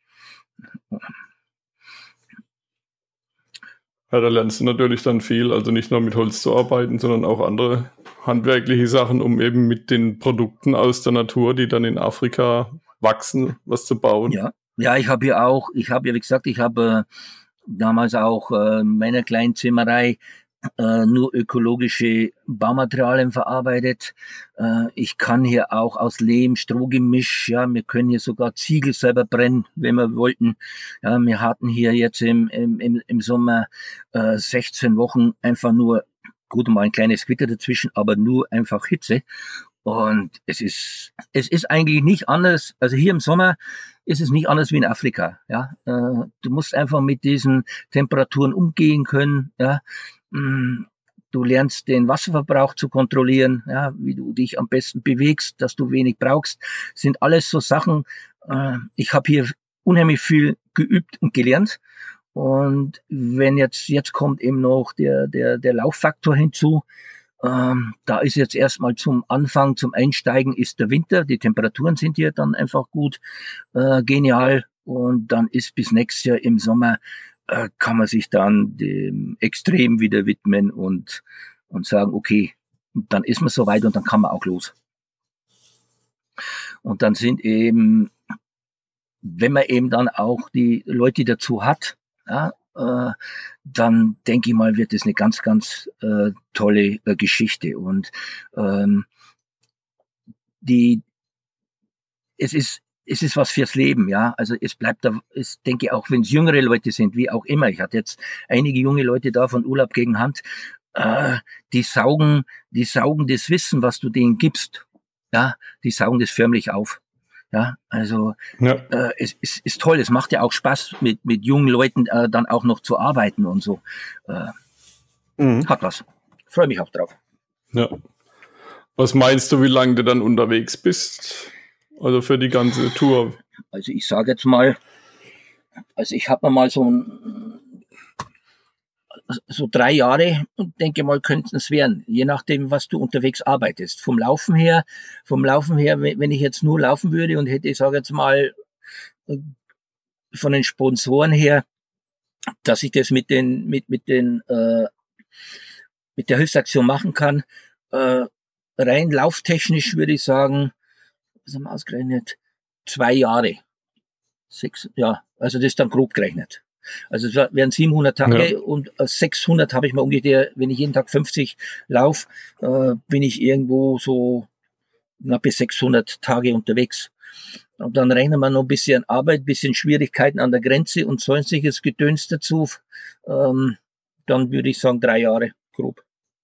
Ja, da lernst du natürlich dann viel, also nicht nur mit Holz zu arbeiten, sondern auch andere handwerkliche Sachen, um eben mit den Produkten aus der Natur, die dann in Afrika wachsen, was zu bauen. Ja, ja, ich habe ja auch, ich habe ja, wie gesagt, ich habe äh, damals auch äh, in meiner kleinen Zimmerei äh, nur ökologische Baumaterialien verarbeitet. Äh, ich kann hier auch aus Lehm Strohgemisch, ja, wir können hier sogar Ziegel selber brennen, wenn wir wollten. Ja, wir hatten hier jetzt im, im, im, im Sommer äh, sechzehn Wochen einfach nur, gut, mal ein kleines Gewitter dazwischen, aber nur einfach Hitze. Und es ist, es ist eigentlich nicht anders. Also hier im Sommer ist es nicht anders wie in Afrika. Ja, äh, du musst einfach mit diesen Temperaturen umgehen können. Ja, du lernst den Wasserverbrauch zu kontrollieren. Ja, wie du dich am besten bewegst, dass du wenig brauchst, sind alles so Sachen. Äh, ich habe hier unheimlich viel geübt und gelernt. Und wenn jetzt jetzt kommt eben noch der der der Lauffaktor hinzu. Ähm, da ist jetzt erstmal zum Anfang, zum Einsteigen ist der Winter. Die Temperaturen sind hier dann einfach gut, äh, genial. Und dann ist bis nächstes Jahr im Sommer, äh, kann man sich dann dem Extrem wieder widmen und, und sagen, okay, dann ist man soweit und dann kann man auch los. Und dann sind eben, wenn man eben dann auch die Leute dazu hat, ja, äh, dann denke ich mal, wird es eine ganz, ganz äh, tolle äh, Geschichte. Und ähm, die, es ist, es ist was fürs Leben, ja. Also es bleibt da, ich denke auch, wenn es jüngere Leute sind, wie auch immer. Ich hatte jetzt einige junge Leute da von Urlaub gegen Hand, äh, die saugen, die saugen das Wissen, was du denen gibst, ja, die saugen das förmlich auf. Ja, also Ja. äh, es, es ist toll. Es macht ja auch Spaß, mit mit jungen Leuten äh, dann auch noch zu arbeiten und so. Äh, Mhm. Hat was. Freue mich auch drauf. Ja. Was meinst du, wie lange du dann unterwegs bist? Also für die ganze Tour? Also ich sage jetzt mal, also ich habe mir mal so ein, so drei Jahre und denke mal, könnten es werden, je nachdem, was du unterwegs arbeitest. Vom Laufen her, vom Laufen her, wenn ich jetzt nur laufen würde und hätte, ich sage jetzt mal, von den Sponsoren her, dass ich das mit den, mit, mit den, äh, mit der Hilfsaktion machen kann, äh, rein lauftechnisch würde ich sagen, was haben wir ausgerechnet? Zwei Jahre. Sechs, ja, also das ist dann grob gerechnet. Also es wären siebenhundert Tage ja. Und sechshundert habe ich mal ungefähr, wenn ich jeden Tag fünfzig laufe, äh, bin ich irgendwo so knapp bis sechshundert Tage unterwegs. Und dann rechnen wir noch ein bisschen Arbeit, ein bisschen Schwierigkeiten an der Grenze und sonstiges Gedöns dazu. Ähm, dann würde ich sagen drei Jahre grob.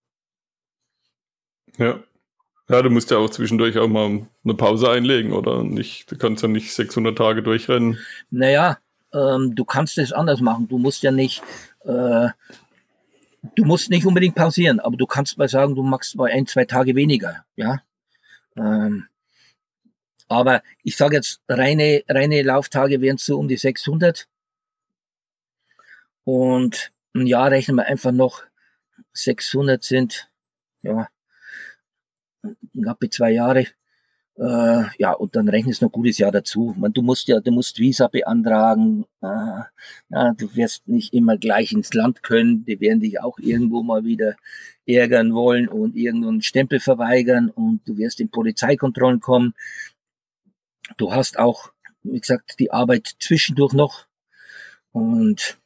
Ja. Ja, du musst ja auch zwischendurch auch mal eine Pause einlegen, oder nicht? Du kannst ja nicht sechshundert Tage durchrennen. Naja, ähm, du kannst es anders machen. Du musst ja nicht, äh, du musst nicht unbedingt pausieren, aber du kannst mal sagen, du machst mal ein, zwei Tage weniger, ja. Ähm, aber ich sage jetzt, reine, reine Lauftage wären so um die sechshundert. Und ein Jahr rechnen wir einfach noch, sechshundert sind, ja, knappe zwei Jahre. Äh, ja, und dann rechnest du noch ein gutes Jahr dazu. Man, du musst ja, du musst Visa beantragen. Äh, ja, du wirst nicht immer gleich ins Land können. Die werden dich auch irgendwo mal wieder ärgern wollen und irgendeinen Stempel verweigern und du wirst in Polizeikontrollen kommen. Du hast auch, wie gesagt, die Arbeit zwischendurch noch. Und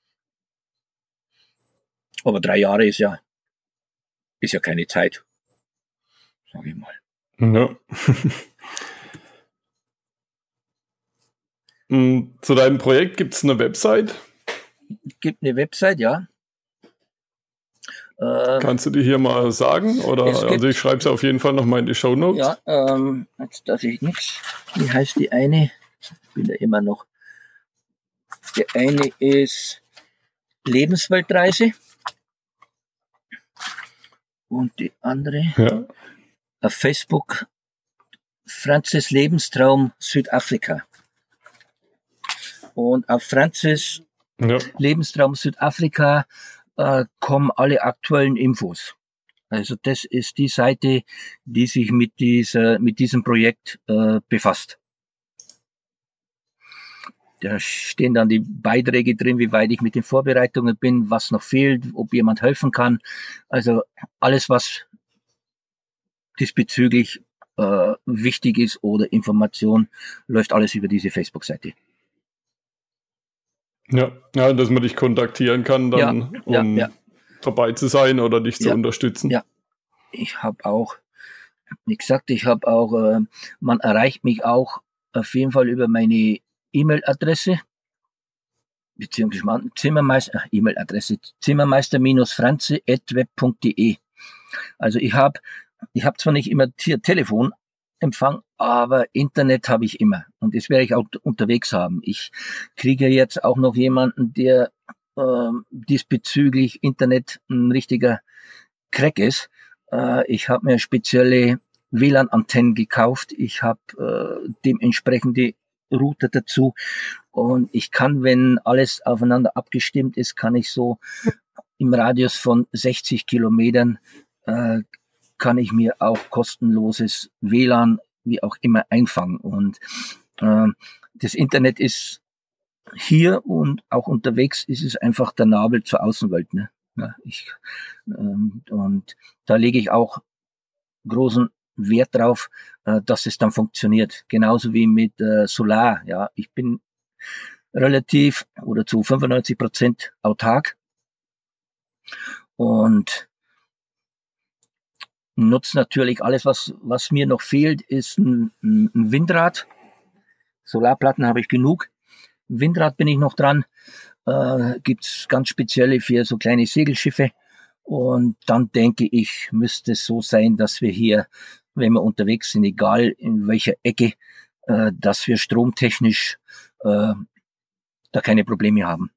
aber drei Jahre ist ja, ist ja keine Zeit, sage ich mal. Ja. Zu deinem Projekt gibt es eine Website? Es gibt eine Website, ja. Äh, Kannst du die hier mal sagen? Oder gibt, also ich schreibe es auf jeden Fall nochmal in die Shownotes. Ja, ähm, jetzt darf ich nichts. Wie heißt die eine? Ich bin da immer noch. Die eine ist Lebensweltreise. Und die andere ja. auf Facebook Franzis Lebenstraum Südafrika. Und auf Franzis ja. Lebenstraum Südafrika äh, kommen alle aktuellen Infos. Also das ist die Seite, die sich mit dieser, mit diesem Projekt äh, befasst. Da stehen dann die Beiträge drin, wie weit ich mit den Vorbereitungen bin, was noch fehlt, ob jemand helfen kann. Also alles, was diesbezüglich äh, wichtig ist oder Information, läuft alles über diese Facebook-Seite. Ja, ja, dass man dich kontaktieren kann, dann ja, um ja, ja. dabei zu sein oder dich zu ja, unterstützen. Ja, ich habe auch, wie gesagt, ich habe auch, äh, man erreicht mich auch auf jeden Fall über meine E-Mail-Adresse, beziehungsweise Zimmermeister, äh, E-Mail-Adresse, zimmermeister-franze at web punkt de. Also ich habe, ich habe zwar nicht immer hier Telefonempfang, aber Internet habe ich immer und das werde ich auch unterwegs haben. Ich kriege jetzt auch noch jemanden, der äh, diesbezüglich Internet ein richtiger Crack ist. Äh, ich habe mir spezielle W L A N-Antennen gekauft. Ich habe äh, dementsprechende Router dazu und ich kann, wenn alles aufeinander abgestimmt ist, kann ich so im Radius von sechzig Kilometern äh, kann ich mir auch kostenloses W L A N wie auch immer einfangen. Und äh, das Internet ist hier und auch unterwegs ist es einfach der Nabel zur Außenwelt. Ne? Ja, ich, ähm, und da lege ich auch großen Wert drauf, äh, dass es dann funktioniert. Genauso wie mit äh, Solar. Ja, ich bin relativ oder zu fünfundneunzig Prozent autark und nutze natürlich alles, was, was mir noch fehlt, ist ein, ein Windrad. Solarplatten habe ich genug. Windrad bin ich noch dran. Äh, gibt's ganz spezielle für so kleine Segelschiffe. Und dann denke ich, müsste es so sein, dass wir hier, wenn wir unterwegs sind, egal in welcher Ecke, äh, dass wir stromtechnisch äh, da keine Probleme haben.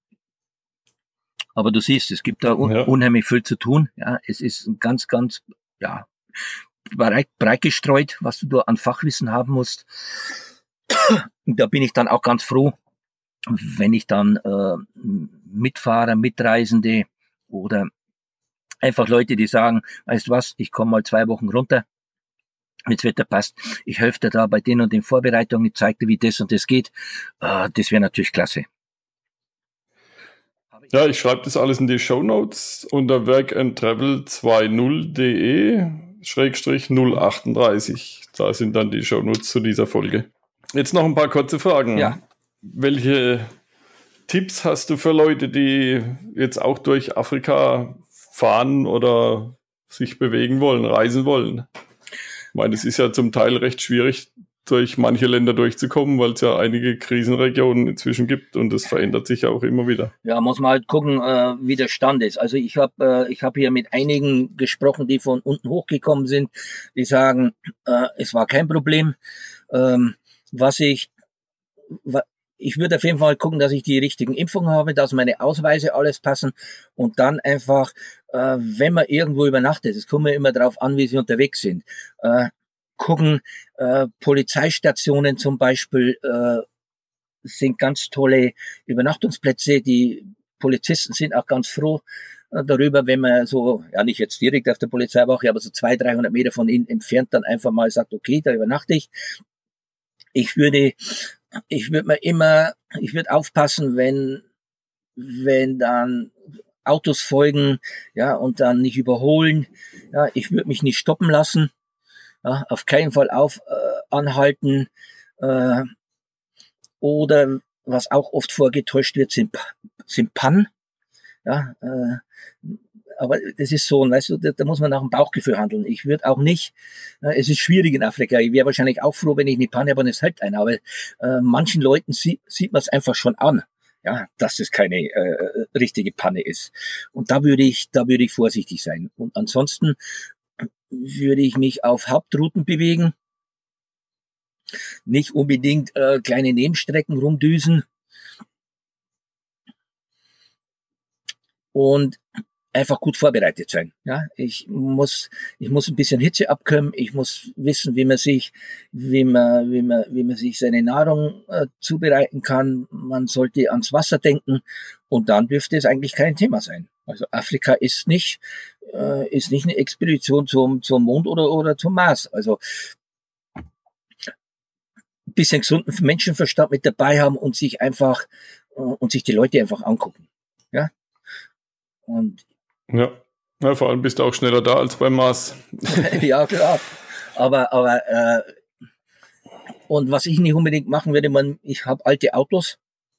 Aber du siehst, es gibt da un- ja. unheimlich viel zu tun. Ja, es ist ein ganz, ganz, ja, breit, breit gestreut, was du da an Fachwissen haben musst. Und da bin ich dann auch ganz froh, wenn ich dann äh, Mitfahrer, Mitreisende oder einfach Leute, die sagen, weißt du was, ich komme mal zwei Wochen runter, wenn das Wetter passt, ich helfe dir da bei den und den Vorbereitungen, ich zeige dir, wie das und das geht. Äh, das wäre natürlich klasse. Ja, ich schreibe das alles in die Shownotes unter work and travel zwanzig punkt de Schrägstrich null achtunddreißig. Da sind dann die Shownotes zu dieser Folge. Jetzt noch ein paar kurze Fragen. Ja. Welche Tipps hast du für Leute, die jetzt auch durch Afrika fahren oder sich bewegen wollen, reisen wollen? Ich meine, es ist ja zum Teil recht schwierig, durch manche Länder durchzukommen, weil es ja einige Krisenregionen inzwischen gibt und das verändert sich ja auch immer wieder. Ja, muss man halt gucken, äh, wie der Stand ist. Also ich habe äh, ich habe hier mit einigen gesprochen, die von unten hochgekommen sind, die sagen, äh, es war kein Problem. Ähm, was ich wa- ich würde auf jeden Fall gucken, dass ich die richtigen Impfungen habe, dass meine Ausweise alles passen und dann einfach, äh, wenn man irgendwo übernachtet, es kommt mir immer darauf an, wie sie unterwegs sind, äh, gucken, äh, Polizeistationen zum Beispiel äh, sind ganz tolle Übernachtungsplätze, die Polizisten sind auch ganz froh, äh, darüber, wenn man so, ja nicht jetzt direkt auf der Polizeiwache, aber so zweihundert, dreihundert Meter von ihnen entfernt dann einfach mal sagt, okay, da übernachte ich. Ich würde, ich würde mir immer, ich würde aufpassen, wenn, wenn dann Autos folgen, ja, und dann nicht überholen. Ja, ich würde mich nicht stoppen lassen. Ja, auf keinen Fall auf äh, anhalten. Äh, oder was auch oft vorgetäuscht wird, sind, sind Pannen. Ja, äh, aber das ist so, weißt du, da, da muss man nach dem Bauchgefühl handeln. Ich würde auch nicht, äh, es ist schwierig in Afrika. Ich wäre wahrscheinlich auch froh, wenn ich eine Panne habe und es hält einer. Aber äh, manchen Leuten sie, sieht man es einfach schon an, ja, dass es keine äh, richtige Panne ist. Und da würde ich, da würde ich vorsichtig sein. Und ansonsten würde ich mich auf Hauptrouten bewegen, nicht unbedingt äh, kleine Nebenstrecken rumdüsen und einfach gut vorbereitet sein. Ja, ich muss, ich muss ein bisschen Hitze abkömmen. Ich muss wissen, wie man sich, wie man, wie man, wie man sich seine Nahrung äh, zubereiten kann. Man sollte ans Wasser denken und dann dürfte es eigentlich kein Thema sein. Also Afrika ist nicht, äh, ist nicht eine Expedition zum, zum Mond oder, oder zum Mars. Also ein bisschen gesunden Menschenverstand mit dabei haben und sich einfach, äh, und sich die Leute einfach angucken. Ja. Und ja. ja, vor allem bist du auch schneller da als beim Mars. Ja, klar. Aber, aber äh, und was ich nicht unbedingt machen würde, man, ich habe alte Autos.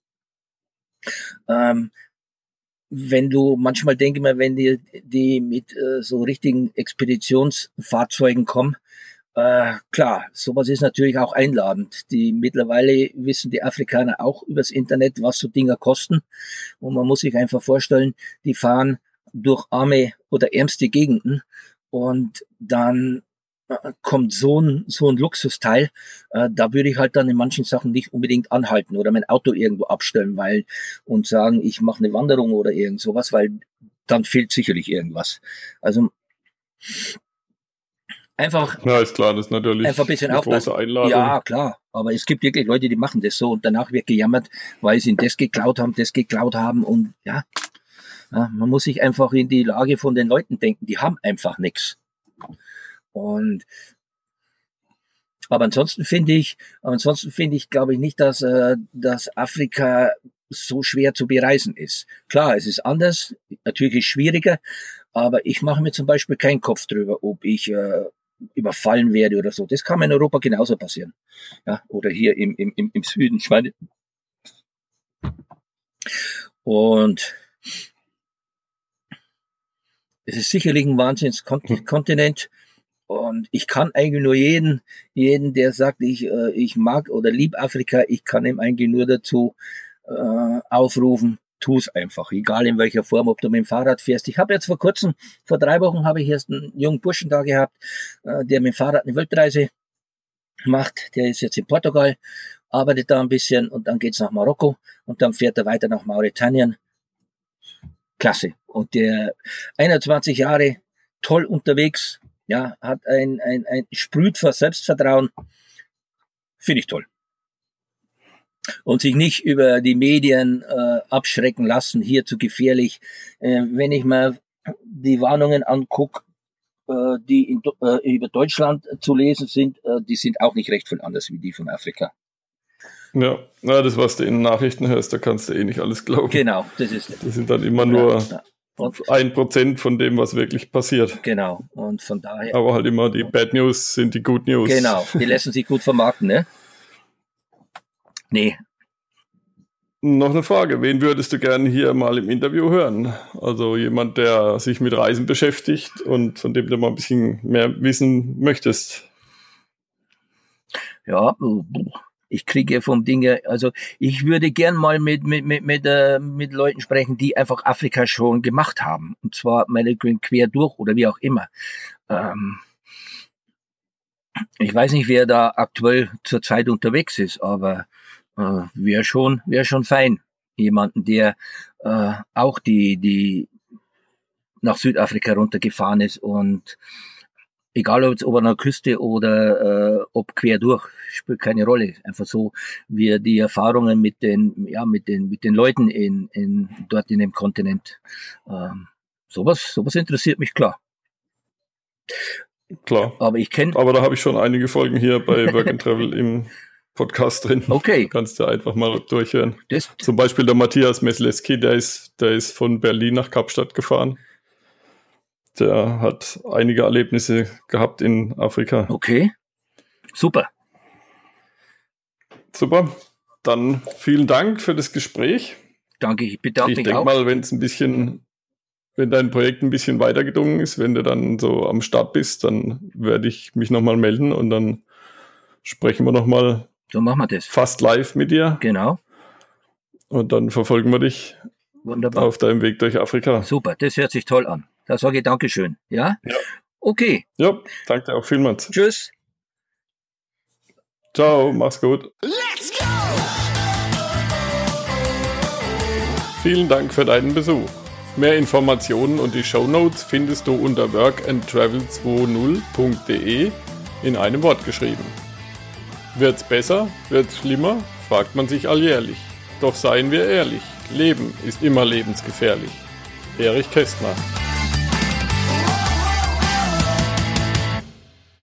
Ähm, wenn du, manchmal denke ich mir, wenn die, die mit äh, so richtigen Expeditionsfahrzeugen kommen, äh, klar, sowas ist natürlich auch einladend. Die mittlerweile wissen die Afrikaner auch übers Internet, was so Dinger kosten. Und man muss sich einfach vorstellen, die fahren durch arme oder ärmste Gegenden und dann äh, kommt so ein, so ein Luxusteil, äh, da würde ich halt dann in manchen Sachen nicht unbedingt anhalten oder mein Auto irgendwo abstellen, weil und sagen, ich mache eine Wanderung oder irgend sowas, weil dann fehlt sicherlich irgendwas. Also einfach, Ja, ist klar, das ist natürlich einfach ein bisschen eine aufpassen. große Einladung. Ja, klar. Aber es gibt wirklich Leute, die machen das so und danach wird gejammert, weil sie das geklaut haben, das geklaut haben und ja, ja, man muss sich einfach in die Lage von den Leuten denken. Die haben einfach nichts. Und aber ansonsten finde ich, aber ansonsten finde ich, glaube ich nicht, dass, äh, dass Afrika so schwer zu bereisen ist. Klar, es ist anders, natürlich ist es schwieriger, aber ich mache mir zum Beispiel keinen Kopf drüber, ob ich äh, überfallen werde oder so. Das kann mir in Europa genauso passieren. Ja, oder hier im, im, im, im Süden. Ich meine, und es ist sicherlich ein Wahnsinnskontinent. Und ich kann eigentlich nur jeden, jeden, der sagt, ich, äh, ich mag oder lieb Afrika, ich kann ihm eigentlich nur dazu äh, aufrufen, tu es einfach, egal in welcher Form, ob du mit dem Fahrrad fährst. Ich habe jetzt vor kurzem, vor drei Wochen habe ich erst einen jungen Burschen da gehabt, äh, der mit dem Fahrrad eine Weltreise macht. Der ist jetzt in Portugal, arbeitet da ein bisschen und dann geht's nach Marokko und dann fährt er weiter nach Mauretanien. Klasse. Und der einundzwanzig Jahre, toll unterwegs, ja, hat ein, ein, ein sprüht vor Selbstvertrauen. Finde ich toll. Und sich nicht über die Medien äh, abschrecken lassen, hier zu gefährlich. Äh, wenn ich mir die Warnungen angucke, äh, die in, äh, über Deutschland zu lesen sind, äh, die sind auch nicht recht viel anders wie die von Afrika. Ja, ja, das, was du in den Nachrichten hörst, da kannst du eh nicht alles glauben. Genau, das ist. Das sind dann immer nur ja, ja. ein Prozent von dem, was wirklich passiert. Genau, und von daher. Aber halt immer die Bad News sind die Good News. Genau, die lassen sich gut vermarkten, ne? Nee. Noch eine Frage, wen würdest du gerne hier mal im Interview hören? Also jemand, der sich mit Reisen beschäftigt und von dem du mal ein bisschen mehr wissen möchtest. Ja, ich kriege vom Ding her, also ich würde gern mal mit mit mit mit, äh, mit Leuten sprechen, die einfach Afrika schon gemacht haben, und zwar meinetwegen quer durch oder wie auch immer. Ähm, ich weiß nicht, wer da aktuell zurzeit unterwegs ist, aber äh, wäre schon wäre schon fein, jemanden, der äh, auch die die nach Südafrika runtergefahren ist und egal ob, ob an der Küste oder äh, ob quer durch, spielt keine Rolle. Einfach so, wie er die Erfahrungen mit den, ja, mit den, mit den Leuten in, in, dort in dem Kontinent ähm, sowas, sowas interessiert mich, klar. Klar. Aber ich kenne. Aber da habe ich schon einige Folgen hier bei Work and Travel im Podcast drin. Okay. Kannst du einfach mal durchhören. Das, Zum Beispiel der Matthias Mesleski, der ist, der ist von Berlin nach Kapstadt gefahren. Der hat einige Erlebnisse gehabt in Afrika. okay. Super. Super. Dann vielen Dank für das Gespräch. Danke, ich bedanke Ich mich denke auch. mal, wenn es ein bisschen, wenn dein Projekt ein bisschen weitergedungen ist, wenn du dann so am Start bist, dann werde ich mich nochmal melden und dann sprechen wir nochmal So machen wir das. fast live mit dir. Genau. Und dann verfolgen wir dich Wunderbar. auf deinem Weg durch Afrika. Super, das hört sich toll an. Da sage ich Dankeschön. Ja? Ja. Okay. Ja, danke auch vielmals. Tschüss. Ciao, mach's gut. Let's go! Vielen Dank für deinen Besuch. Mehr Informationen und die Shownotes findest du unter work and travel zwanzig punkt de in einem Wort geschrieben. Wird's besser? Wird's schlimmer? Fragt man sich alljährlich. Doch seien wir ehrlich, Leben ist immer lebensgefährlich. Erich Kästner.